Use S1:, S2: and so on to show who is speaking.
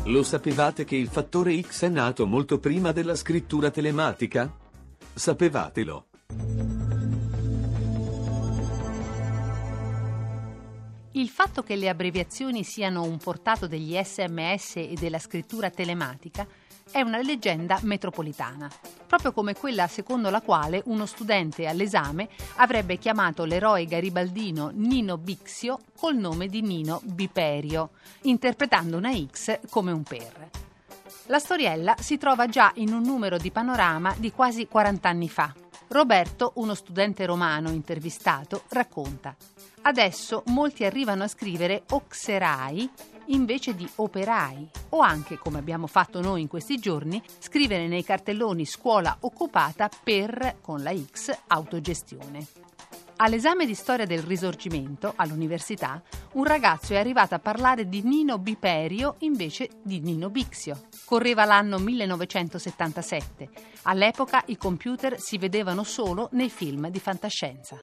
S1: Lo sapevate che il fattore X è nato molto prima della scrittura telematica? Sapevatelo.
S2: Il fatto che le abbreviazioni siano un portato degli SMS e della scrittura telematica è una leggenda metropolitana, proprio come quella secondo la quale uno studente all'esame avrebbe chiamato l'eroe garibaldino Nino Bixio col nome di Nino Biperio, interpretando una X come un per. La storiella si trova già in un numero di Panorama di quasi 40 anni fa. Roberto, uno studente romano intervistato, racconta: adesso molti arrivano a scrivere oxerai invece di operai, o anche, come abbiamo fatto noi in questi giorni, scrivere nei cartelloni scuola occupata per, con la X, autogestione. All'esame di storia del Risorgimento, all'università, un ragazzo è arrivato a parlare di Nino Biperio invece di Nino Bixio. Correva l'anno 1977. All'epoca i computer si vedevano solo nei film di fantascienza.